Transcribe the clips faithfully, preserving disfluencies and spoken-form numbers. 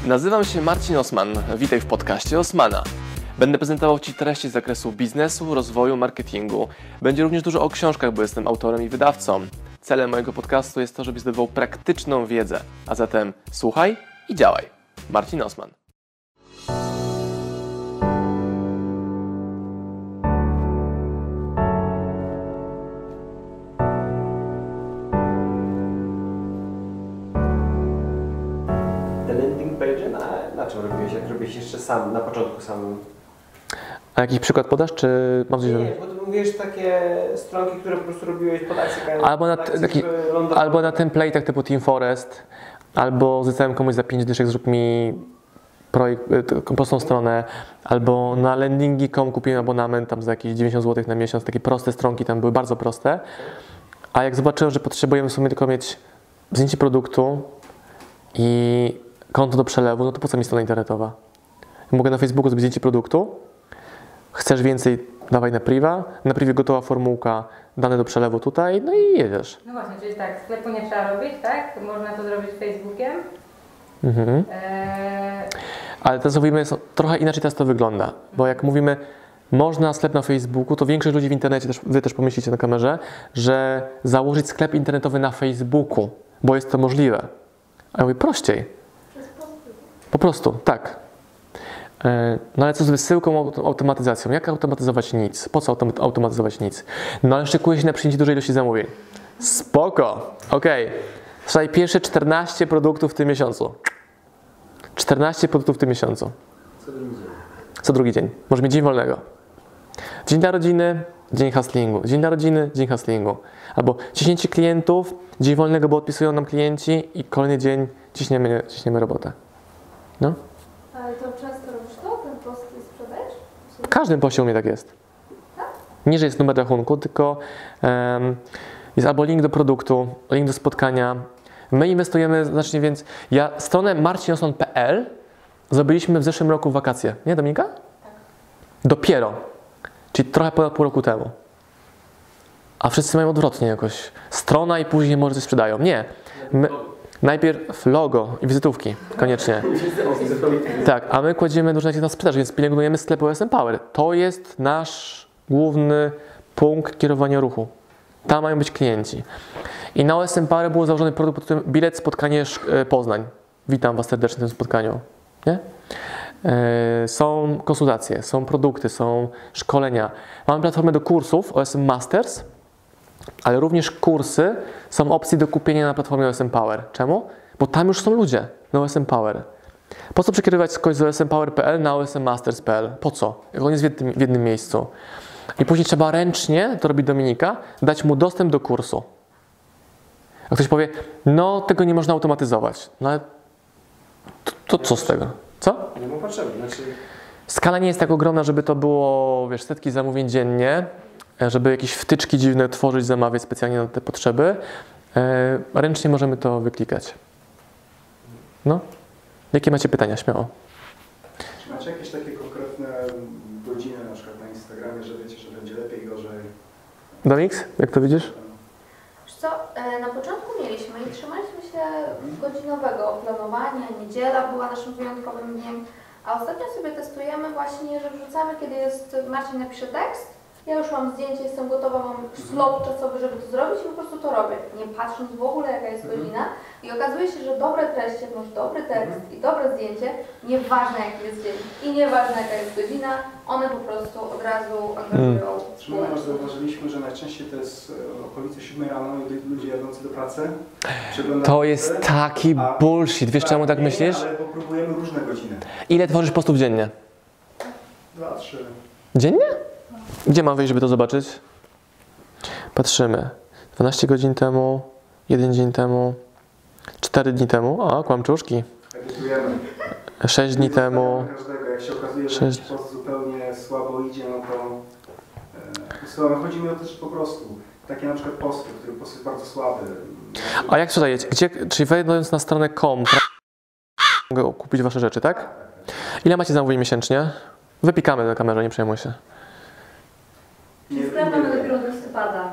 Nazywam się Marcin Osman. Witaj w podcaście Osmana. Będę prezentował Ci treści z zakresu biznesu, rozwoju, marketingu. Będzie również dużo o książkach, bo jestem autorem i wydawcą. Celem mojego podcastu jest to, żebyś zdobywał praktyczną wiedzę. A zatem słuchaj i działaj. Marcin Osman. Te landing page na, na czym robiłeś? Jak robiłeś jeszcze sam, na początku samym? A jakiś przykład podasz, czy mam coś... Nie, nie, bo ty mówisz takie stronki, które po prostu robiłeś pod akcję, Albo na, taki, albo na template'ach typu Team Forest, albo zlecałem komuś za pięć dyszek, zrób mi projekt, prostą stronę, albo na landingi kropka com kupiłem abonament tam za jakieś dziewięćdziesiąt złotych na miesiąc, takie proste stronki tam były bardzo proste. A jak zobaczyłem, że potrzebujemy w sumie tylko mieć zdjęcie produktu i konto do przelewu, no to po co mi strona internetowa? Mogę na Facebooku zrobić zdjęcie produktu, chcesz więcej, dawaj na priva, na privie gotowa formułka, dane do przelewu tutaj, no i jedziesz. No właśnie, czyli tak, sklepu nie trzeba robić, tak? Można to zrobić Facebookiem. Mhm. Eee... Ale teraz mówimy, trochę inaczej teraz to wygląda, bo jak mówimy, można sklep na Facebooku, to większość ludzi w internecie, też, wy też pomyślicie na kamerze, że założyć sklep internetowy na Facebooku, bo jest to możliwe. A ja mówię, prościej. Po prostu, tak. No ale co z wysyłką, automatyzacją? Jak automatyzować nic? Po co automatyzować nic? No ale szykuje się na przyjęcie dużej ilości zamówień. Spoko! Okej. Okay. Słuchaj, pierwsze czternaście produktów w tym miesiącu. czternaście produktów w tym miesiącu. Co drugi dzień. Co drugi dzień. Może mieć dzień wolnego. Dzień narodziny, dzień hustlingu. Dzień narodziny, dzień hustlingu. Albo ciśnięcie klientów, dzień wolnego, bo odpisują nam klienci i kolejny dzień ciśniemy, ciśniemy robotę. No. Ale to często robisz to, ten post i sprzedajesz? W każdym poście u mnie tak jest. Nie, że jest numer rachunku, tylko um, jest albo link do produktu, link do spotkania. My inwestujemy znacznie więcej. Ja stronę marcin osman kropka p l zrobiliśmy w zeszłym roku w wakacje. Nie, Dominika? Tak. Dopiero. Czyli trochę ponad pół roku temu. A wszyscy mają odwrotnie jakoś. Strona i później może coś sprzedają. Nie. My, najpierw logo i wizytówki, koniecznie. Tak, a my kładziemy dużo na sprzedaż, więc pielęgnujemy sklep O S M Power. To jest nasz główny punkt kierowania ruchu. Tam mają być klienci. I na O S M Power był założony produkt pod tytułem bilet spotkanie Poznań. Witam Was serdecznie w tym spotkaniu. Nie? Są konsultacje, są produkty, są szkolenia. Mamy platformę do kursów O S M Masters, ale również kursy są opcje do kupienia na platformie O S M Power. Czemu? Bo tam już są ludzie na O S M Power. Po co przekierować kogoś z O S M Power kropka p l na O S M Masters kropka p l? Po co? Jak on jest w jednym, w jednym miejscu. I później trzeba ręcznie, to robi Dominika, dać mu dostęp do kursu. A ktoś powie, no tego nie można automatyzować. No ale to, to co z tego? Co? Nie ma potrzeby. Znaczy... Skala nie jest tak ogromna, żeby to było, wiesz, setki zamówień dziennie, żeby jakieś wtyczki dziwne tworzyć, zamawiać specjalnie na te potrzeby. E, ręcznie możemy to wyklikać. No. Jakie macie pytania? Śmiało. Czy macie jakieś takie konkretne godziny na przykład na Instagramie, że wiecie, że będzie lepiej, gorzej? Domix, jak to widzisz? Wiesz co, na początku mieliśmy i trzymaliśmy się godzinowego planowania, niedziela była naszym wyjątkowym dniem, a ostatnio sobie testujemy właśnie, że wrzucamy, kiedy jest, Marcin napisze tekst, ja już mam zdjęcie, jestem gotowa, mam slot czasowy, żeby to zrobić i po prostu to robię, nie patrząc w ogóle jaka jest godzina i okazuje się, że dobre treści, jak masz dobry tekst i dobre zdjęcie, nieważne jaki jest dzień i nieważne jaka jest godzina, one po prostu od razu angażują społeczność. Zauważyliśmy, że najczęściej to jest okolice siódmej rano, ludzie jadący do pracy. To jest taki bullshit, wiesz czemu tak myślisz? Ale próbujemy różne godziny. Ile tworzysz postów dziennie? Dwa, trzy. Dziennie? Gdzie mam wejść, żeby to zobaczyć? Patrzymy. dwanaście godzin temu, jeden dzień temu, cztery dni temu. O, kłamczuszki. Edytujemy. sześć dni temu. Każdego. Jak się okazuje, że jakiś post zupełnie słabo idzie, no to e, chodzi mi o to, że po prostu takie na przykład posty, który post jest bardzo słaby. A jak sprzedajecie? Gdzie, czyli wejdując na stronę com, mogę kupić Wasze rzeczy, tak? Ile macie zamówień miesięcznie? Wypikamy na kamerze, nie przejmuj się. Sklep mamy dopiero do listopada.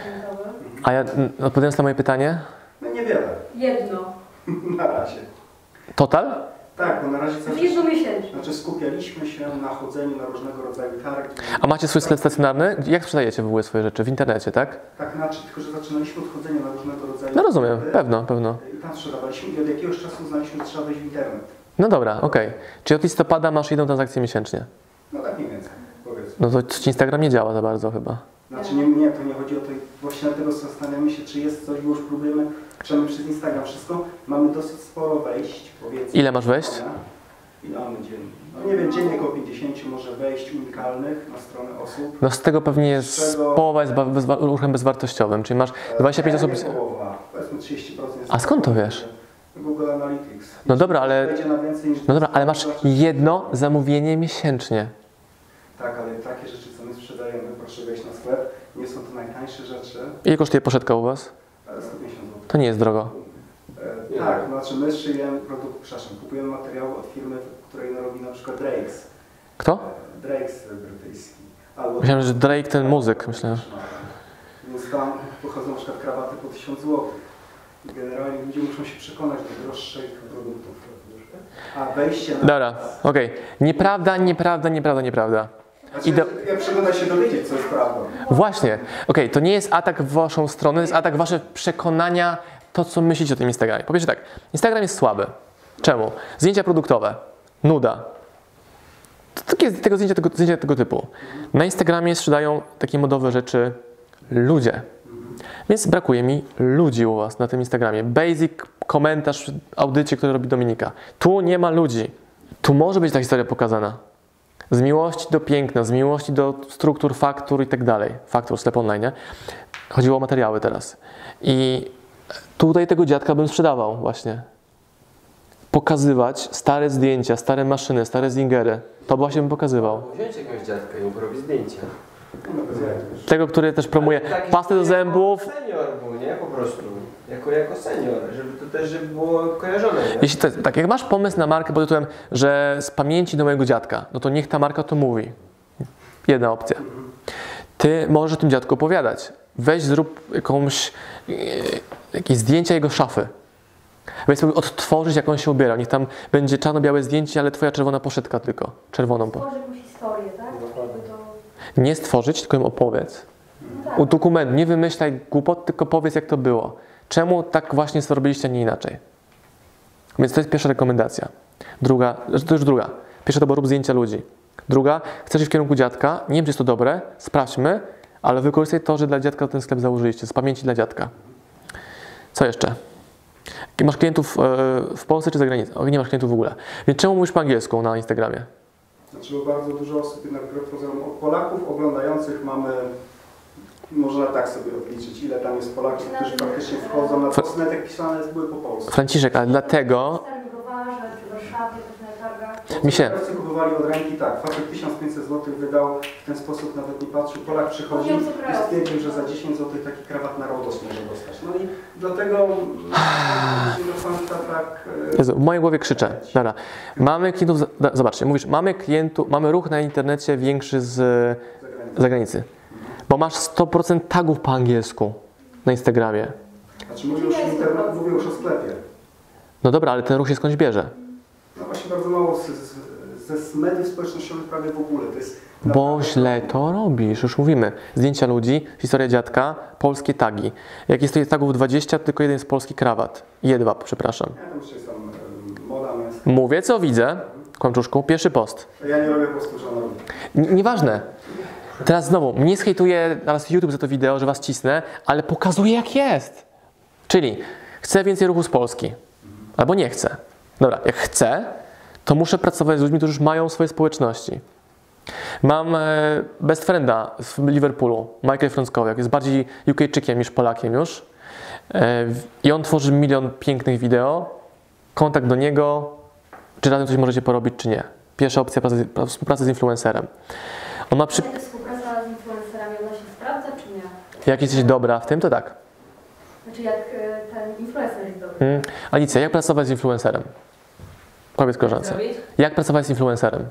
A ja odpowiadając na moje pytanie? No niewiele. Jedno. Na razie. Total? Tak, bo na razie cały W jedno czas, miesięcznie. znaczy skupialiśmy się na chodzeniu na różnego rodzaju targi. A macie swój sklep stacjonarny? Jak sprzedajecie w ogóle swoje rzeczy? W internecie, tak? Tak, znaczy, tylko że zaczynaliśmy od chodzenia na różnego rodzaju No rozumiem, sklepy pewno, pewno. i tam sprzedawaliśmy i od jakiegoś czasu uznaliśmy, że trzeba wejść w internet. No dobra, okej. Czyli od listopada masz jedną transakcję miesięcznie. No tak mniej więcej, powiedzmy. No to ci Instagram nie działa za bardzo chyba. Znaczy nie, nie, to nie chodzi o to, właśnie dlatego zastanawiamy się, czy jest coś, bo już próbujemy, przynajmniej przez Instagram wszystko, mamy dosyć sporo wejść, powiedzmy. Ile masz wejść? Ile mamy dziennie? No nie wiem, dziennie około pięćdziesiąt może wejść unikalnych na stronę osób. No z tego pewnie jest czego- połowa jest ba- bezwa- ruchem bezwartościowym, czyli masz dwadzieścia pięć nie, osób. Nie połowa, powiedzmy trzydzieści procent. jest A skąd to wiesz? Google Analytics. No dobra, ale- Wejdzie na więcej niż No dobra, ale masz jedno zamówienie miesięcznie. Tak, ale takie rzeczy, co my sprzedajemy, proszę wejść na sklep, nie są to najtańsze rzeczy, Ile kosztuje poszetka u was? ale sto pięćdziesiąt złotych. To nie jest drogo. E, tak, znaczy my szyjemy produkt, przepraszam, kupujemy materiały od firmy, której robi na przykład Drakes. Kto? E, Drakes brytyjski. Albo Myślałem, że Drake ten muzyk, myślałem. Więc tam pochodzą na przykład krawaty po tysiąc złotych. I generalnie ludzie muszą się przekonać do droższych produktów. A wejście na... Dobra, okej. Nieprawda, nieprawda, nieprawda, nieprawda. Znaczy, I do- ja przyglądam się dowiedzieć, co jest prawdą. Właśnie, okej, to nie jest atak w waszą stronę, to jest atak wasze przekonania, to co myślicie o tym Instagramie. Po pierwsze tak, Instagram jest słaby. Czemu? Zdjęcia produktowe, nuda. To takie tego zdjęcia tego, zdjęcia tego typu. Na Instagramie sprzedają takie modowe rzeczy ludzie. Więc brakuje mi ludzi u was na tym Instagramie. Basic komentarz w audycie, który robi Dominika. Tu nie ma ludzi. Tu może być ta historia pokazana. Z miłości do piękna, z miłości do struktur, faktur i tak dalej. Faktur, sklep online, nie? Chodziło o materiały teraz. I tutaj tego dziadka bym sprzedawał właśnie. Pokazywać stare zdjęcia, stare maszyny, stare zingery. To właśnie bym pokazywał. Wziąć jakiegoś dziadka i mu porobić zdjęcia. No, bez jaj, wiesz. Tego, który też promuje Taki pastę do zębów. Jako senior był, nie? Po prostu. Jako, jako senior, żeby to też żeby było kojarzone, nie? Jeśli to jest, tak, jak masz pomysł na markę pod tytułem, że z pamięci do mojego dziadka, no to niech ta marka to mówi. Jedna opcja. Ty możesz o tym dziadku opowiadać. Weź, zrób jakąś, e, jakieś zdjęcia jego szafy. Weź sobie odtworzyć, jak on się ubierał. Niech tam będzie czarno-białe zdjęcie, ale twoja czerwona poszytka tylko. Czerwoną. Po. Stworzy jakąś historię, tak? Żeby to... Nie stworzyć, tylko ją opowiedz. No tak. U dokumentu. Nie wymyślaj głupot, tylko powiedz, jak to było. Czemu tak właśnie zrobiliście, a nie inaczej. Więc to jest pierwsza rekomendacja. Druga, to już druga. Pierwsza to było rób zdjęcia ludzi. Druga, chcesz iść w kierunku dziadka, nie wiem, czy jest to dobre, sprawdźmy, ale wykorzystaj to, że dla dziadka ten sklep założyliście, z pamięci dla dziadka. Co jeszcze? Masz klientów w Polsce czy za granicą? O, nie masz klientów w ogóle. Więc czemu mówisz po angielsku na Instagramie? Znaczy, bo bardzo dużo osób, jednak wbrew pozorom, od Polaków oglądających mamy, można tak sobie odliczyć, ile tam jest Polaków, którzy faktycznie wchodzą na Fra- post, nawet jak pisane jest, były po polsku. Franciszek, ale dlatego... W Starym Browarze, czy w Warszawie, też na targach. Mi się- Sprzedawcy kupowali od ręki, tak, facet tysiąc pięćset złotych wydał, w ten sposób nawet nie patrzył, Polak przychodzi Chodził z i kraju. stwierdził, że za dziesięć złotych taki krawat na RODOS może dostać. No i dlatego do końca tak... e, Jezu, w mojej głowie krzyczę. Dobra. Mamy klientów, za- da- zobaczcie, mówisz, mamy klientów, mamy ruch na internecie większy z zagranicy. zagranicy. Bo masz sto procent tagów po angielsku na Instagramie. Znaczy mówię już, internet, mówię już o sklepie. No dobra, ale ten ruch się skądś bierze. No właśnie bardzo mało z, z, ze z mediów społecznościowych prawie w ogóle. To jest Bo naprawdę- źle to robisz, już mówimy. Zdjęcia ludzi, historia dziadka, polskie tagi. Jak jest tutaj tagów dwadzieścia, to tylko jeden jest polski krawat. Jedwab, przepraszam. Ja tam jeszcze jest tam e, moda męska. Mówię, co widzę. Kłamczuszku, pierwszy post. Ja nie robię postu, że ona robi. N- Nieważne. Teraz znowu, mnie zhejtuje teraz YouTube za to wideo, że was cisnę, ale pokazuję jak jest. Czyli chcę więcej ruchu z Polski. Albo nie chcę. Dobra, jak chcę, to muszę pracować z ludźmi, którzy już mają swoje społeczności. Mam e, best frienda w Liverpoolu, Michael Frąckowiak, jest bardziej UKczykiem niż Polakiem już. E, w- I on tworzy milion pięknych wideo. Kontakt do niego, czy razem coś możecie porobić, czy nie. Pierwsza opcja, praca, z- współpraca z influencerem. On ma przy... Czy współpraca z influencerami, ona się sprawdza, czy nie? Jak jesteś dobra w tym, to tak. Znaczy jak e, ten influencer jest dobry. Hmm. Alicja, jak pracować z influencerem? Powiedz koleżance. Zrobić? Jak pracować z influencerem?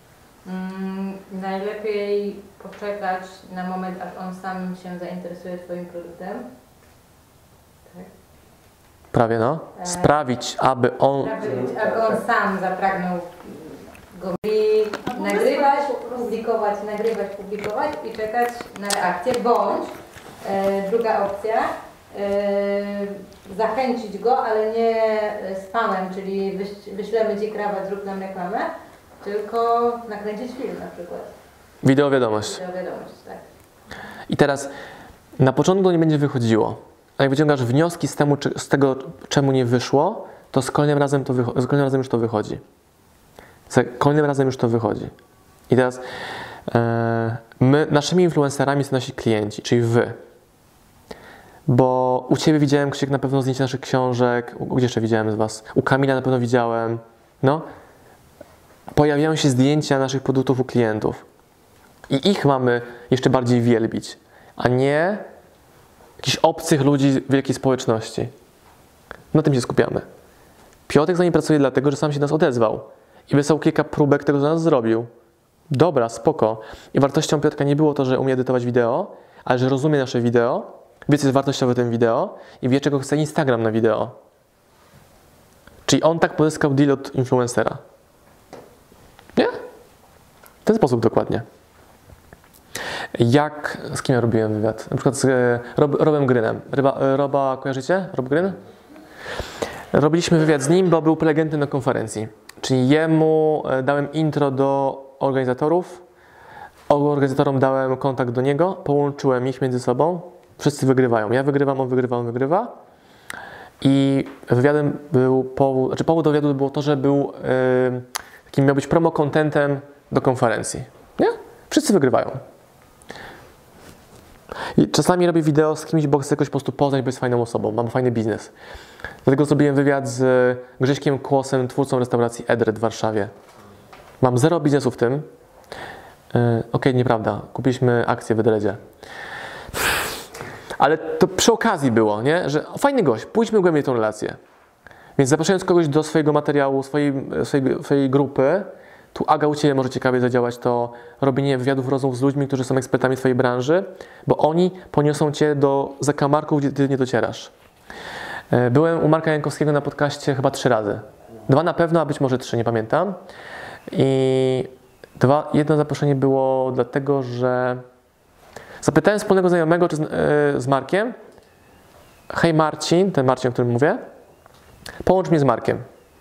Mm, najlepiej poczekać na moment, aż on sam się zainteresuje Twoim produktem. Tak. sprawie, no. Sprawić, aby on... Sprawić, aby on sam zapragnął go i nagrywać, publikować, nagrywać, publikować i czekać na reakcję, bądź e, druga opcja, e, zachęcić go, ale nie spamem, czyli wyś, wyślemy Ci krawat, zrób nam reklamę, tylko nakręcić film na przykład. Wideo wiadomość. Wideo wiadomość, tak. I teraz na początku to nie będzie wychodziło, a jak wyciągasz wnioski z, temu, czy, z tego, czemu nie wyszło, to z kolejnym razem, to wycho- z kolejnym razem już to wychodzi. Z kolejnym razem już to wychodzi. I teraz e, my, naszymi influencerami są nasi klienci, czyli wy. Bo u Ciebie widziałem, Krzysiek, na pewno zdjęcie naszych książek, u, gdzie jeszcze widziałem z Was? U Kamila na pewno widziałem. No. Pojawiają się zdjęcia naszych produktów u klientów. I ich mamy jeszcze bardziej wielbić, a nie jakichś obcych ludzi z wielkiej społeczności. Na tym się skupiamy. Piotrek z nami pracuje dlatego, że sam się do nas odezwał i wysłał kilka próbek tego, co nas zrobił. Dobra, spoko. I wartością Piotrka nie było to, że umie edytować wideo, ale że rozumie nasze wideo, wie, co jest wartościowe w tym wideo i wie, czego chce Instagram na wideo. Czyli on tak pozyskał deal od influencera. Nie? W ten sposób dokładnie. Jak, z kim ja robiłem wywiad? Na przykład z e, Rob, Robem Grynem. Ryba, e, Roba, kojarzycie? Rob Gryn? Robiliśmy wywiad z nim, bo był prelegentem na konferencji. Czyli jemu e, dałem intro do organizatorów, organizatorom dałem kontakt do niego, połączyłem ich między sobą. Wszyscy wygrywają. Ja wygrywam, on wygrywa, on wygrywa. I wywiadem był powód, znaczy powód do wywiadu było to, że był e, takim, miał być promo-contentem do konferencji. Nie? Wszyscy wygrywają. I czasami robię wideo z kimś, bo chcę jakoś po prostu poznać, bo jest fajną osobą, mam fajny biznes. Dlatego zrobiłem wywiad z Grześkiem Kłosem, twórcą restauracji Edred w Warszawie. Mam zero biznesu w tym. Yy, Okej, okay, nieprawda, kupiliśmy akcję w Edredzie. Ale to przy okazji było, nie? Że o, fajny gość, pójdźmy głębiej tą relację. Więc zapraszając kogoś do swojego materiału, swojej, swojej, swojej grupy, tu Aga u Ciebie może ciekawie zadziałać to robienie wywiadów, rozmów z ludźmi, którzy są ekspertami w Twojej branży, bo oni poniosą Cię do zakamarków, gdzie Ty nie docierasz. Byłem u Marka Jankowskiego na podcaście chyba trzy razy. Dwa na pewno, a być może trzy, nie pamiętam. I dwa, jedno zaproszenie było dlatego, że zapytałem wspólnego znajomego czy z, yy, z Markiem: hej Marcin, ten Marcin, o którym mówię, połącz mnie z Markiem.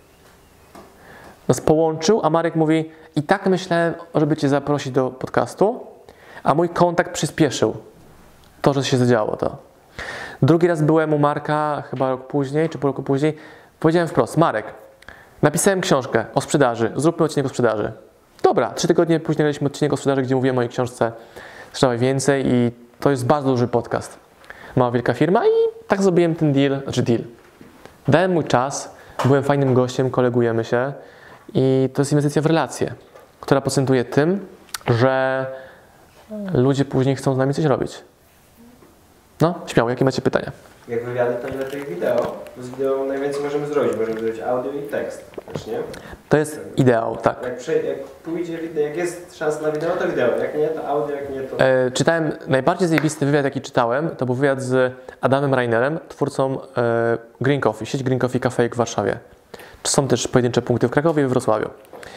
Nas połączył, a Marek mówi: i tak myślałem, żeby Cię zaprosić do podcastu, a mój kontakt przyspieszył to, że się zadziało to. Drugi raz byłem u Marka, chyba rok później, czy pół roku później, powiedziałem wprost: Marek, napisałem książkę o sprzedaży, zróbmy odcinek o sprzedaży. Dobra, trzy tygodnie później nagraliśmy odcinek o sprzedaży, gdzie mówiłem o mojej książce Sprzedawaj Więcej i to jest bardzo duży podcast. Mała, wielka firma i tak zrobiłem ten deal, znaczy deal. Dałem mój czas, byłem fajnym gościem, kolegujemy się. I to jest inwestycja w relacje, która procentuje tym, że ludzie później chcą z nami coś robić. No, śmiało, jakie macie pytania? Jak wywiady, to lepiej wideo. Z wideo najwięcej możemy zrobić. Możemy zrobić audio i tekst też, nie? To jest ideał, tak. Jak, prze, jak pójdzie wideo, jak jest szansa na wideo, to wideo. Jak nie, to audio, jak nie, to... E, czytałem, najbardziej zajebisty wywiad, jaki czytałem, to był wywiad z Adamem Reinerem, twórcą e, Green Coffee, sieć Green Coffee Cafe w Warszawie. Są też pojedyncze punkty w Krakowie i we Wrocławiu.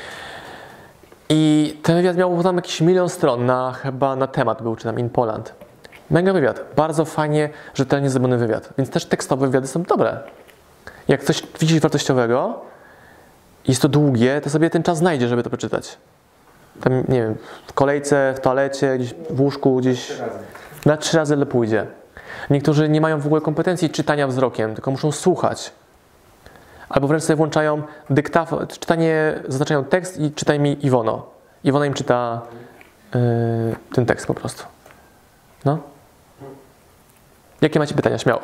I ten wywiad miał tam jakiś milion stron, na, chyba na temat był, czy tam In Poland. Mega wywiad, bardzo fajnie, rzetelnie zrobiony wywiad, więc też tekstowe wywiady są dobre. Jak coś widzisz wartościowego, jest to długie, to sobie ten czas znajdzie, żeby to przeczytać. Tam, nie wiem, w kolejce, w toalecie, gdzieś w łóżku, gdzieś Trzy razy. na trzy razy le pójdzie. Niektórzy nie mają w ogóle kompetencji czytania wzrokiem, tylko muszą słuchać. Albo wręcz sobie włączają dyktafon, czytanie, zaznaczają tekst i czytaj mi Iwono. Iwona im czyta yy, ten tekst po prostu. No. Jakie macie pytania? Śmiało.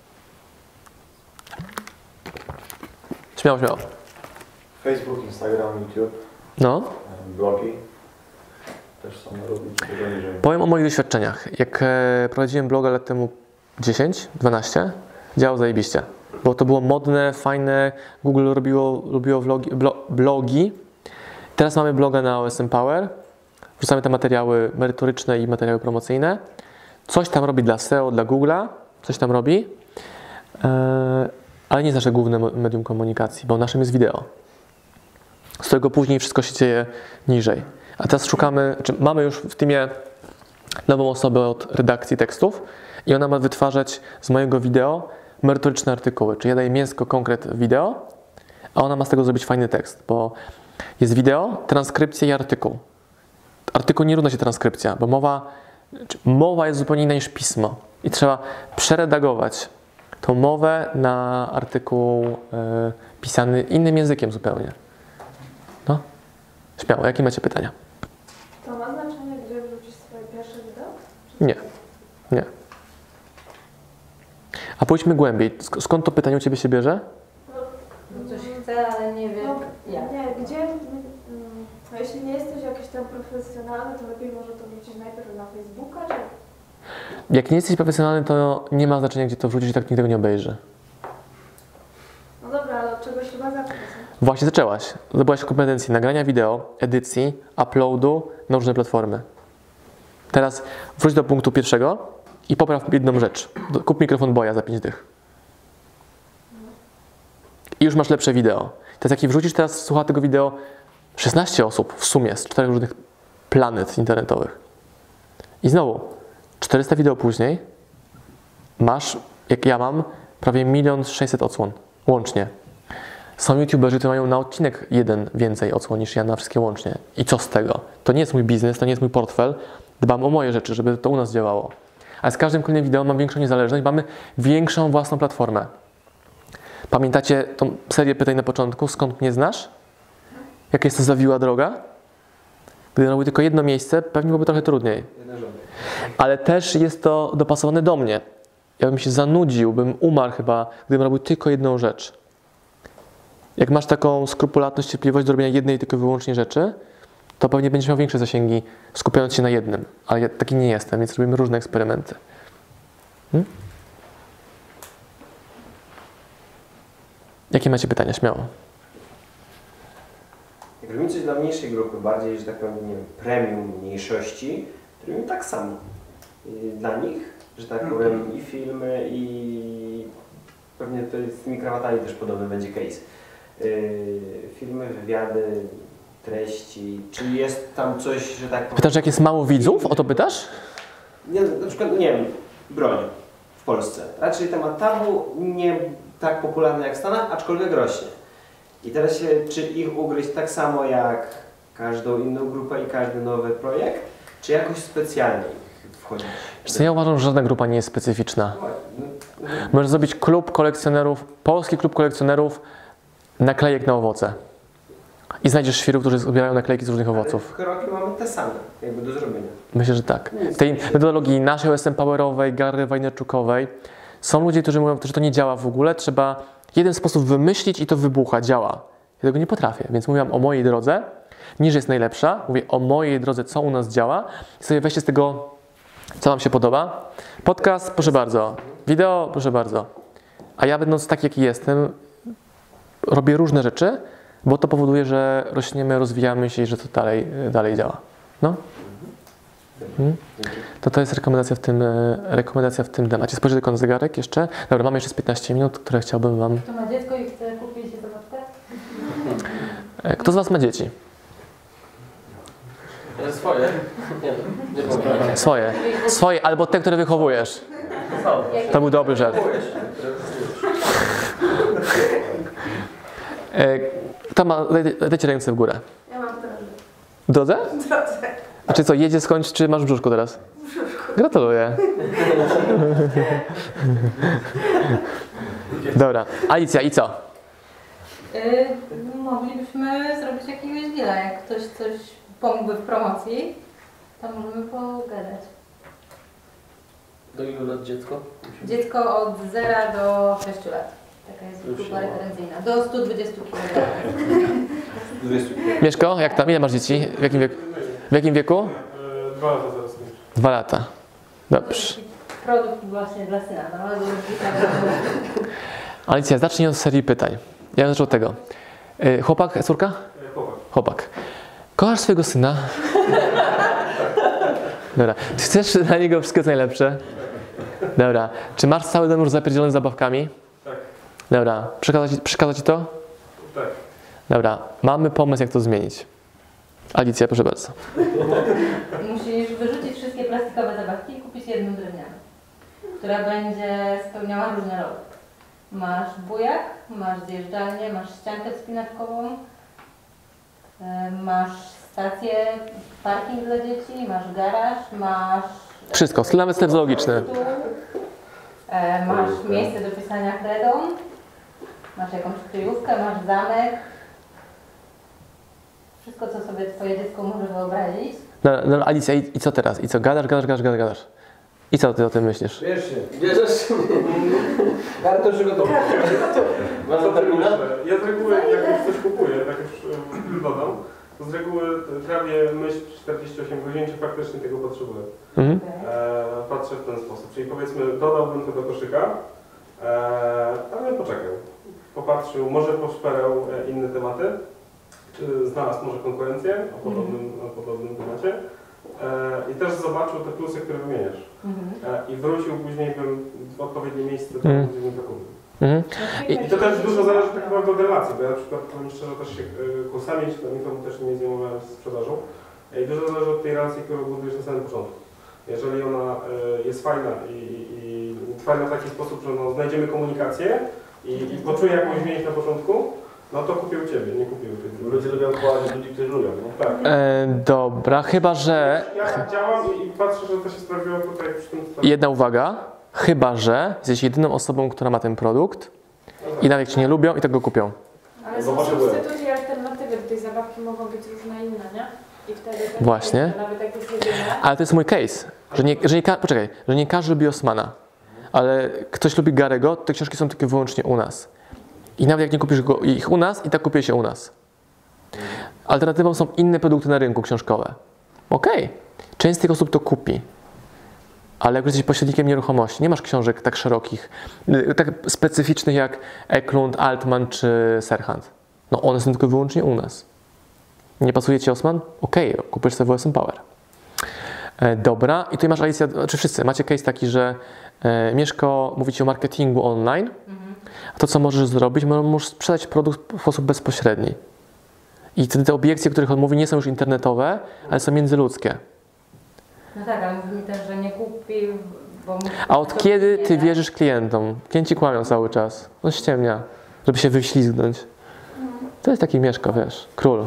Śmiało, śmiało. Facebook, Instagram, YouTube, No. blogi też są robić tego niżej. Powiem o moich doświadczeniach. Jak e, prowadziłem bloga lat temu dziesięć, dwanaście, działał zajebiście. Bo to było modne, fajne, Google robiło, lubiło vlogi, blo, blogi. Teraz mamy bloga na O S M Power. Wrzucamy te materiały merytoryczne i materiały promocyjne. Coś tam robi dla S E O, dla Google'a. Coś tam robi. E, ale nie jest nasze główne medium komunikacji, bo naszym jest wideo, z którego później wszystko się dzieje niżej. A teraz szukamy, czy mamy już w teamie nową osobę od redakcji tekstów i ona ma wytwarzać z mojego wideo merytoryczne artykuły, czyli ja daję mięsko, konkret wideo, a ona ma z tego zrobić fajny tekst, bo jest wideo, transkrypcja i artykuł. Artykuł nie równa się transkrypcja, bo mowa, mowa jest zupełnie inna niż pismo i trzeba przeredagować tą mowę na artykuł y, pisany innym językiem zupełnie. No, śmiało, jakie macie pytania? To ma znaczenie, gdzie wrzucić swoje pierwsze wideo? Nie, nie. A pójdźmy głębiej. Sk- skąd to pytanie u Ciebie się bierze? No coś chcę, ale nie wiem No, jak. nie, gdzie, mm, no jeśli nie jesteś jakiś tam profesjonalny, to lepiej może to wrzucić najpierw na Facebooka, czy... Jak nie jesteś profesjonalny, to nie ma znaczenia, gdzie to wrzucić, tak nikt tego nie obejrzy. No dobra, ale od czegoś chyba zacząć, nie? Właśnie zaczęłaś. Zdobyłaś kompetencje nagrania wideo, edycji, uploadu na różne platformy. Teraz wróć do punktu pierwszego i popraw jedną rzecz. Kup mikrofon Boya za pięć dych. I już masz lepsze wideo. Teraz jak je wrzucisz, teraz słucha tego wideo szesnaście osób w sumie z czterech różnych planet internetowych. I znowu, czterysta wideo później masz, jak ja mam, prawie milion sześćset odsłon łącznie. Są youtuberzy, którzy mają na odcinek jeden więcej odsłon niż ja na wszystkie łącznie. I co z tego? To nie jest mój biznes, to nie jest mój portfel. Dbam o moje rzeczy, żeby to u nas działało. Ale z każdym kolejnym wideo mam większą niezależność, mamy większą własną platformę. Pamiętacie tą serię pytań na początku? Skąd mnie znasz? Jaka jest to zawiła droga? Gdybym robił tylko jedno miejsce, pewnie byłoby trochę trudniej. Ale też jest to dopasowane do mnie. Ja bym się zanudził, bym umarł chyba, gdybym robił tylko jedną rzecz. Jak masz taką skrupulatność, cierpliwość do robienia jednej tylko wyłącznie rzeczy, to pewnie będziesz miał większe zasięgi, skupiając się na jednym. Ale ja taki nie jestem, więc robimy różne eksperymenty. Hmm? Jakie macie pytania? Śmiało. Jak robimy coś dla mniejszej grupy, bardziej, że tak powiem, nie wiem, premium mniejszości, to robimy tak samo. I dla nich, że tak powiem, i filmy, i pewnie to jest z mikromatami też podobny będzie case. Yy, filmy, wywiady, treści, czy jest tam coś, że tak powiem... Pytasz, jak jest mało widzów? O to pytasz? Nie, na przykład, nie wiem, broń w Polsce. Raczej temat tabu nie tak popularny jak w Stanach, aczkolwiek rośnie. I teraz się, czy ich ugryźć tak samo jak każdą inną grupę i każdy nowy projekt, czy jakoś specjalnie wchodzić? Wiesz co, ja uważam, że żadna grupa nie jest specyficzna. Możesz zrobić klub kolekcjonerów, polski klub kolekcjonerów naklejek na owoce. I znajdziesz świrów, którzy zbierają naklejki z różnych owoców. Ale kroki mamy te same, jakby do zrobienia. Myślę, że tak. W tej metodologii naszej O S M Powerowej, Gary Wajnerczukowej są ludzie, którzy mówią, że to nie działa w ogóle. Trzeba jeden sposób wymyślić i to wybucha, działa. Ja tego nie potrafię, więc mówiłam o mojej drodze. Niż jest najlepsza. Mówię o mojej drodze, co u nas działa. I sobie weźcie z tego, co wam się podoba. Podcast, proszę bardzo. Wideo, proszę bardzo. A ja będąc taki, jaki jestem, robię różne rzeczy, bo to powoduje, że rośniemy, rozwijamy się i że to dalej, dalej działa. No? Hmm? To to jest rekomendacja w tym, rekomendacja w tym temacie. Spojrzę tylko na zegarek jeszcze. Dobra, mamy jeszcze z piętnaście minut, które chciałbym wam... Kto ma dziecko i chce kupić zabawkę? Kto z was ma dzieci? Swoje. Nie, nie powiem. Swoje. Swoje, albo te, które wychowujesz. To był dobry żart. Kto ma... Dajcie ręce w górę. Ja mam teraz W drodze? drodze. A czy co, jedzie skądś, czy masz w brzuszku teraz? W brzuszku. Gratuluję. Dobra. Alicja, i co? Yy, moglibyśmy zrobić jakiegoś deala, jak ktoś coś pomógłby w promocji, to możemy pogadać. Do ilu lat dziecko? Dziecko od zera do sześciu lat. Taka jest grupa referencyjna. Do stu dwudziestu kilogramów. Mieszko, jak tam? Ile masz dzieci? W jakim wieku? W jakim wieku? Dwa lata zaraz kończę. Dwa lata. Dobrze. Produkt właśnie dla syna. No, ale Alicja, zacznij od serii pytań. Ja bym zaczął od tego. Chłopak, córka? Chłopak. Chłopak. Kochasz swojego syna? Dobra. Czy chcesz dla niego wszystko co najlepsze? Dobra. Czy masz cały dom już zapierdzielony zabawkami? Tak. Dobra, przekazać, ci- przekazać ci to? Tak. Dobra, mamy pomysł, jak to zmienić. Alicja, proszę bardzo. Musisz wyrzucić wszystkie plastikowe zabawki i kupić jedną drewnianą, która będzie spełniała różne role. Masz bujak, masz zjeżdżalnię, masz ściankę wspinaczkową, e, masz stację, parking dla dzieci, masz garaż, masz... Wszystko, nawet sklep zoologiczny. stół, e, masz miejsce do pisania kredą, masz jakąś kryjówkę, masz zamek. Wszystko, co sobie twoje dziecko może wyobrazić. Dobra, dobra, Alicja, i, i co teraz? I co, gadasz, gadasz, gadasz, gadasz, gadasz? I co ty o tym myślisz? Wiesz się, bierzesz kartę przygotowaną. Masz Co terminal? myślę? Ja z reguły, jak już coś kupuję, tak już e, dodam, to z reguły trawię myśl czterdzieści osiem godzin, czy faktycznie tego potrzebuję. Mhm. E, patrzę w ten sposób, czyli powiedzmy dodałbym to do koszyka, e, ale poczekaj, popatrzył, może poszperał e, inne tematy, czy znalazł może konkurencję o podobnym, o podobnym temacie e, i też zobaczył te plusy, które wymieniasz Mhm. e, i wrócił później bym w odpowiednie miejsce, tam, Mhm. gdzie bym to kupił. Mhm. I to też dużo zależy tak naprawdę od relacji, bo ja na przykład powiem szczerze też się y, kursami czy tam informatycznymi zajmowałem sprzedażą i dużo zależy od tej relacji, którą budujesz na samym początku. Jeżeli ona y, jest fajna i, i, i fajna w taki sposób, że no, znajdziemy komunikację i, i poczuję jakąś więź na początku, no to kupię u Ciebie, nie kupię u Ciebie. Ludzie lubią chwalić ludzi, którzy lubią, nie? Tak. E, dobra, chyba że... Ja tak działam i, i patrzę, że to się sprawdziło tutaj przy tym stanie. Jedna uwaga, chyba że jesteś jedyną osobą, która ma ten produkt i nawet jak cię nie lubią i tak go kupią. Ale Bo są wasze substytuty i alternatywy do tej zabawki mogą być różne inne, nie? I wtedy tak Właśnie. nawet jak jest jedyne. Ale to jest mój case, że nie, że nie, ka- poczekaj, że nie każdy lubi Osmana, ale ktoś lubi Garego, te książki są tylko wyłącznie u nas. I nawet jak nie kupisz go, ich u nas, i tak kupuje się u nas. Alternatywą są inne produkty na rynku książkowe. Okej, część z tych osób to kupi. Ale jak jesteś pośrednikiem nieruchomości, nie masz książek tak szerokich, y, tak specyficznych jak Eklund, Altman czy Serhant. No one są tylko wyłącznie u nas. Nie pasuje Ci Osman? Okej, kupujesz sobie W S M Power. E, dobra, i tutaj masz Alicja, czy wszyscy, macie case taki, że e, Mieszko mówi Ci o marketingu online, a to co możesz zrobić, mo- możesz sprzedać produkt w sposób bezpośredni. I wtedy te obiekcje, o których on mówi, nie są już internetowe, ale są międzyludzkie. No tak, ale mówi mi też, że nie kupi, bo... musi A od to kiedy Ty kupić, nie? wierzysz klientom? Klienci kłamią cały czas. No ściemnia, żeby się wyślizgnąć. To jest taki Mieszko, wiesz, król.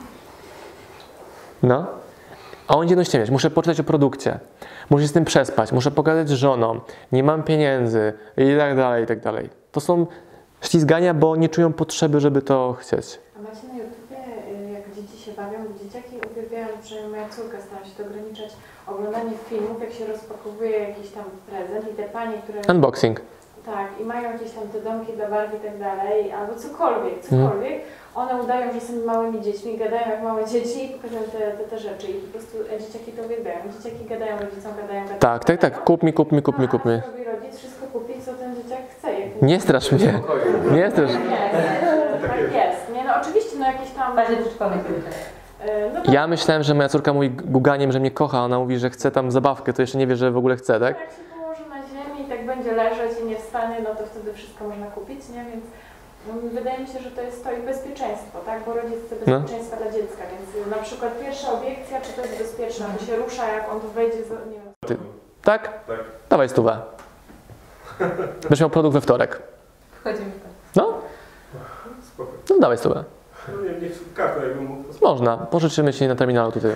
No. A on idzie no ściemniać. Muszę poczytać o produkcie. Muszę się z tym przespać. Muszę pogadać z żoną. Nie mam pieniędzy. I tak dalej, i tak dalej. To są ślizgania, bo nie czują potrzeby, żeby to chcieć. A macie na YouTubie, y, jak dzieci się bawią, bo dzieciaki uwielbiają, przynajmniej moja córka stara się to ograniczać, oglądanie filmów, jak się rozpakowuje jakiś tam prezent i te panie, które... Unboxing. Tak, i mają jakieś tam te domki dla Barbie i tak dalej, albo cokolwiek, cokolwiek. One udają, że są małymi dziećmi, gadają jak małe dzieci i pokazują te, te, te rzeczy. I po prostu e, dzieciaki to uwielbiają. Dzieciaki gadają rodzicom, gadają, gadają. Tak, tak, tak. Kup mi, kup mi, kup mi, No, kup mi. a co robi rodzic? Wszystko kupi, co ten dzieciak chce. Jak Nie strasz mnie. Nie strasz. jest, tak jest. Nie, no oczywiście, no jakieś tam... W fazie przedszkolnej sobie tak. e, No to Ja myślałem, że moja córka mówi guganiem, że mnie kocha, a ona mówi, że chce tam zabawkę, to jeszcze nie wie, że w ogóle chce, tak? jak się położy na ziemi i tak będzie leżeć i nie wstanie, no to wtedy wszystko można kupić, nie? Więc no, wydaje mi się, że to jest to i bezpieczeństwo, tak? Bo rodzic chce No. bezpieczeństwa dla dziecka, więc y, na przykład pierwsza obiekcja, czy to jest bezpieczne, bo się rusza, jak on tu wejdzie, za, nie wiem. Ty. Tak? Tak. Dawaj stówę. Będziesz miał produkt we wtorek. Wchodzimy w to. No, Spoko. no dawaj stówę. No nie, nie kartę jakbym mógł. to spoko. Można, pożyczymy Ci na terminalu tutaj.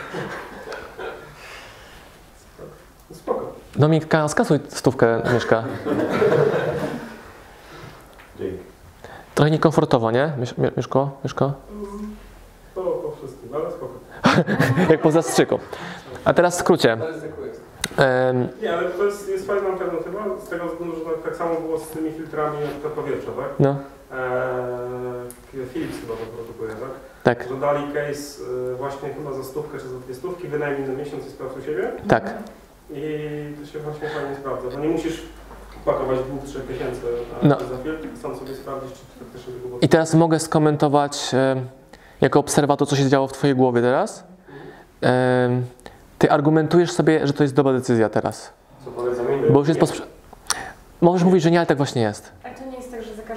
Spoko. Dominika, skasuj stówkę, Mieszka. Dzięki. Trochę niekomfortowo, nie? Miesz, Mie- Mieszko? Mieszko? To po wszystkim, ale spoko. Jak po zastrzyku. A teraz w skrócie. Em, Nie, ale to jest, jest fajna alternatywa z tego względu, że tak, tak samo było z tymi filtrami jak to powietrze, tak? no, Eee, Philips chyba to produkuje, tak? tak, Że dali case y, właśnie chyba za stówkę czy za dwie stówki, wynajmij na miesiąc i sprawdź u siebie. tak. I to się właśnie fajnie sprawdza, bo nie musisz pakować dwóch, trzech tysięcy na No. za filtr i sam sobie sprawdzić, czy faktycznie tego było. I teraz mogę skomentować e, jako obserwator, co się działo w Twojej głowie teraz. E, ty argumentujesz sobie, że to jest dobra decyzja teraz. Co polecamy? Bo już jest po sprze- Możesz mówić, że nie, ale tak właśnie jest. A to nie jest tak, że za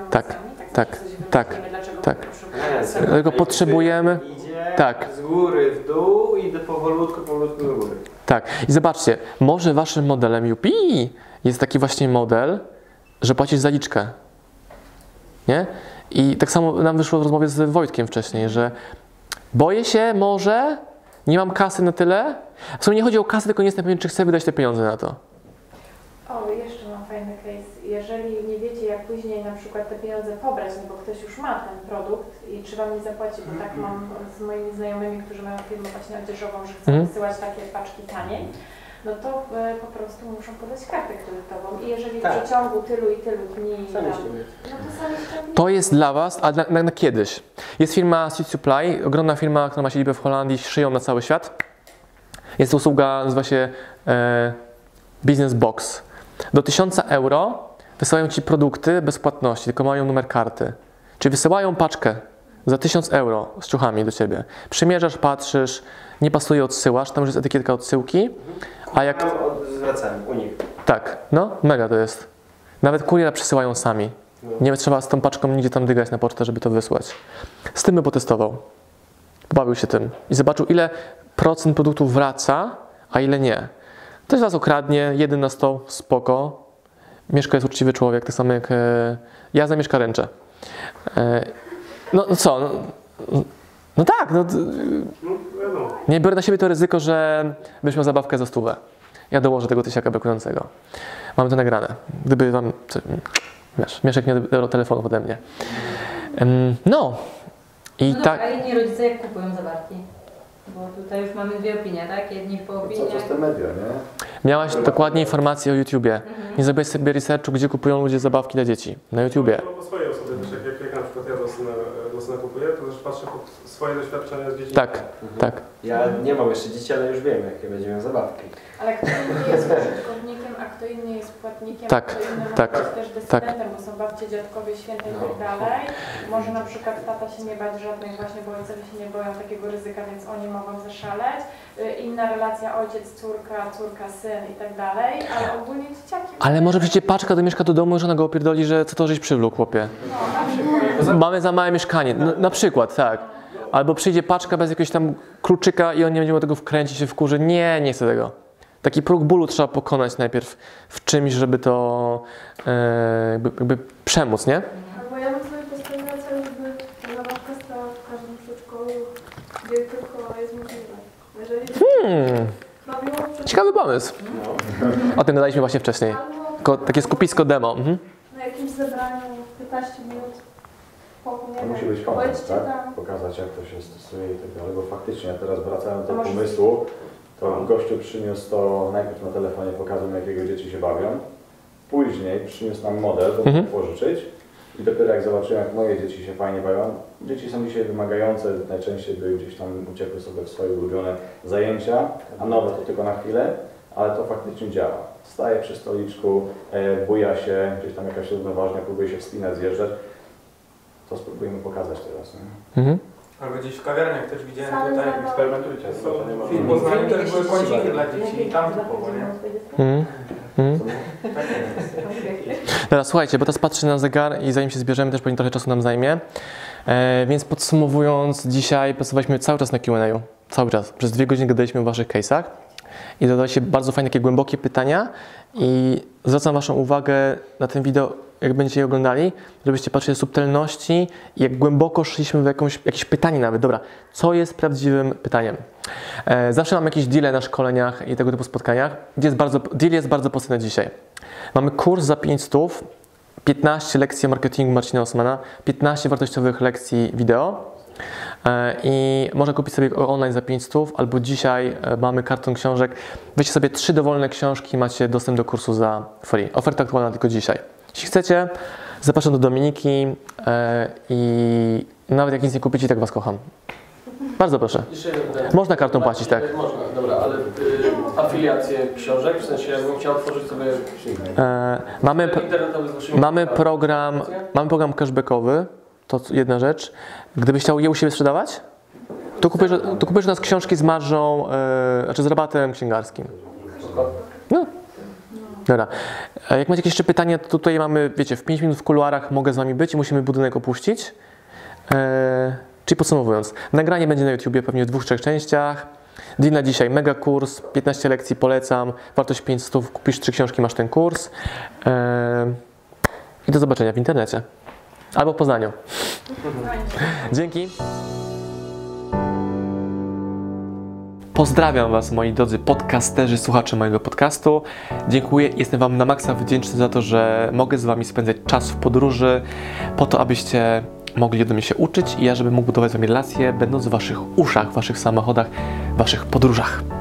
Tak, sami, tak, coś tak, wymyślimy, dlaczego tak. potrzebujemy. Dlatego potrzebujemy- Idzie Tak. z góry w dół i idę powolutku, powolutku do góry. Tak. I zobaczcie, może waszym modelem Yupi jest taki właśnie model, że płacisz zaliczkę. Nie? I tak samo nam wyszło w rozmowie z Wojtkiem wcześniej, że boję się, może, nie mam kasy na tyle. W sumie nie chodzi o kasę, tylko nie jestem pewien, czy chcę wydać te pieniądze na to. O, jeszcze mam fajny case. Jeżeli nie wiecie, jak później na przykład te pieniądze pobrać, no bo ktoś już ma ten produkt i czy wam nie zapłaci, bo tak mam z moimi znajomymi, którzy mają firmę właśnie odzieżową, że chcą Mhm. wysyłać takie paczki taniej, no to e, po prostu muszą podać kartę kredytową i jeżeli Tak. w przeciągu tylu i tylu dni tam, Sami no ściągnie. to sami ściągniecie. To jest dla was, a na, na, na kiedyś. Jest firma Seed Supply, ogromna firma, która ma siedzibę w Holandii, szyją na cały świat. Jest to usługa, nazywa się e, Business Box. Do tysiąca euro wysyłają ci produkty bez płatności, tylko mają numer karty. Czyli wysyłają paczkę za tysiąc euro z ciuchami do ciebie. Przymierzasz, patrzysz, nie pasuje, odsyłasz, tam już jest etykietka odsyłki. A jak... Tam od- zwracamy u nich. Tak, no mega to jest. Nawet kuriera przysyłają sami. No. Nie trzeba z tą paczką nigdzie tam dygać na pocztę, żeby to wysłać. Z tym by potestował. Pobawił się tym i zobaczył, ile procent produktu wraca, a ile nie. Ktoś was okradnie, jeden na sto, spoko. Mieszko jest uczciwy człowiek, tak samo jak e, ja za Mieszka ręczę. E, no, no co, no, no tak, no, No wiadomo. nie biorę na siebie to ryzyko, że będziesz miał zabawkę za stówę. Ja dołożę tego tysiaka brakującego. Mamy to nagrane. Gdyby wam... co- Wiesz, Mieszek nie odebrał telefonu ode mnie. Ym, No. I No tak... dobra, a inni rodzice jak kupują zabawki? Bo tutaj już mamy dwie opinie, tak? Jedni po Co opiniach. to jest te media, nie? Miałaś dokładnie informacje o YouTubie. Nie zrobiłeś sobie researchu, gdzie kupują ludzie zabawki dla dzieci. Na YouTubie. No, po swojej osobie też, jak, jak, jak na przykład ja do syna, do syna kupuję, to też patrzę pod swoje doświadczenia z dziećmi. Tak, tak. Ja nie mam jeszcze dzieci, ale już wiem, jakie będzie miał zabawki. Ale kto inny jest użytkownikiem, a kto inny jest płatnikiem, Tak, a kto inny tak, może być też decydentem, bo są babcie, dziadkowie, święte i tak dalej. Może na przykład tata się nie bać żadnych właśnie, bo ojcowie się nie boją takiego ryzyka, więc oni mogą zaszaleć. Y, Inna relacja ojciec, córka, córka, syn i tak dalej, ale ogólnie dzieciaki... Ale może przyjdzie paczka do Mieszka do domu i żona go opierdoli, że co to żeś przywlókł, chłopie. No, na przykład. Mamy za małe mieszkanie. No, na przykład, tak. Albo przyjdzie paczka bez jakiegoś tam kluczyka i on nie będzie mógł tego wkręcić, się wkurzy. Nie, nie chcę tego. Taki próg bólu trzeba pokonać najpierw w czymś, żeby to e, jakby, jakby przemóc, nie? Albo ja bym sobie postawiła cel, żeby ta zabawka stała w każdym przedszkolu, gdzie tylko jest możliwe. Jeżeli Hmm, bawiło w przedszkolu, ciekawy pomysł. O tym gadaliśmy właśnie wcześniej. albo Tylko takie skupisko demo. Mhm. na jakimś zebraniu piętnaście minut pokój, To nie musi wiem, być kontekst, pojedźcie tak? tam. Pokazać, jak to się stosuje i tak dalej, bo faktycznie teraz wracając do To może- pomysłu, to gościu przyniósł to najpierw na telefonie, pokazał, jak jego dzieci się bawią, później przyniósł nam model, to Mhm. mógł pożyczyć i dopiero jak zobaczyłem, jak moje dzieci się fajnie bawią, dzieci są dzisiaj wymagające, najczęściej były gdzieś tam, uciekły sobie w swoje ulubione zajęcia, a nowe to tylko na chwilę, ale to faktycznie działa. Staje przy stoliczku, e, buja się, gdzieś tam jakaś równoważnia, próbuje się wspinać, zjeżdżać. To spróbujemy pokazać teraz. Nie? Mhm. Albo gdzieś w kawiarniach też widziałem Same tutaj. zabawy. Eksperymentujcie. Co? to nie ma- W Poznaniu też były kąciki dla dzieci i tam typowo, nie? Mhm. Mhm. Teraz słuchajcie, bo teraz patrzę na zegar i zanim się zbierzemy, też pewnie trochę czasu nam zajmie. E, więc podsumowując, dzisiaj pracowaliśmy cały czas na Q and A. Cały czas. Przez dwie godziny gadaliśmy o waszych case'ach i zadawaliście bardzo fajne, takie głębokie pytania i zwracam waszą uwagę na tym wideo, jak będziecie je oglądali, żebyście patrzyli na subtelności i jak głęboko szliśmy w jakąś, jakieś pytanie nawet. Dobra, co jest prawdziwym pytaniem? E, zawsze mam jakieś deale na szkoleniach i tego typu spotkaniach. Deal jest bardzo, deal jest bardzo postępny dzisiaj. Mamy kurs za pięć stów, piętnaście lekcji o marketingu Marcina Osmana, piętnaście wartościowych lekcji wideo e, i można kupić sobie online za pięć stów, albo dzisiaj e, mamy karton książek. Weźcie sobie trzy dowolne książki, macie dostęp do kursu za free. Oferta aktualna tylko dzisiaj. Jeśli chcecie, zapraszam do Dominiki e, i nawet jak nic nie kupicie, tak was kocham. Bardzo proszę. Jeszcze jeden pytanie. Można kartą płacić, tak. Można, dobra, ale y, afiliacje książek, w sensie jakbym chciał otworzyć sobie E, mamy, p- internetowy z waszymi mamy książkami. program, mamy program cashbackowy, to jedna rzecz. Gdybyś chciał je u siebie sprzedawać, to kupujesz, to kupujesz u nas książki z marżą, e, znaczy z rabatem księgarskim. No. Dobra. Jak macie jakieś jeszcze pytania, to tutaj mamy, wiecie, w pięć minut w kuluarach mogę z wami być i musimy budynek opuścić. Eee, czyli podsumowując, nagranie będzie na YouTubie pewnie w dwóch, trzech częściach. Dzień na dzisiaj, mega kurs, piętnaście lekcji polecam, wartość pięć stów, kupisz trzy książki, masz ten kurs. Eee, I do zobaczenia w internecie. Albo w Poznaniu. Dzięki. Pozdrawiam Was, moi drodzy podcasterzy, słuchacze mojego podcastu. Dziękuję, jestem Wam na maksa wdzięczny za to, że mogę z Wami spędzać czas w podróży, po to, abyście mogli ode mnie się uczyć i ja, żebym mógł budować z Wami relacje, będąc w Waszych uszach, w Waszych samochodach, w Waszych podróżach.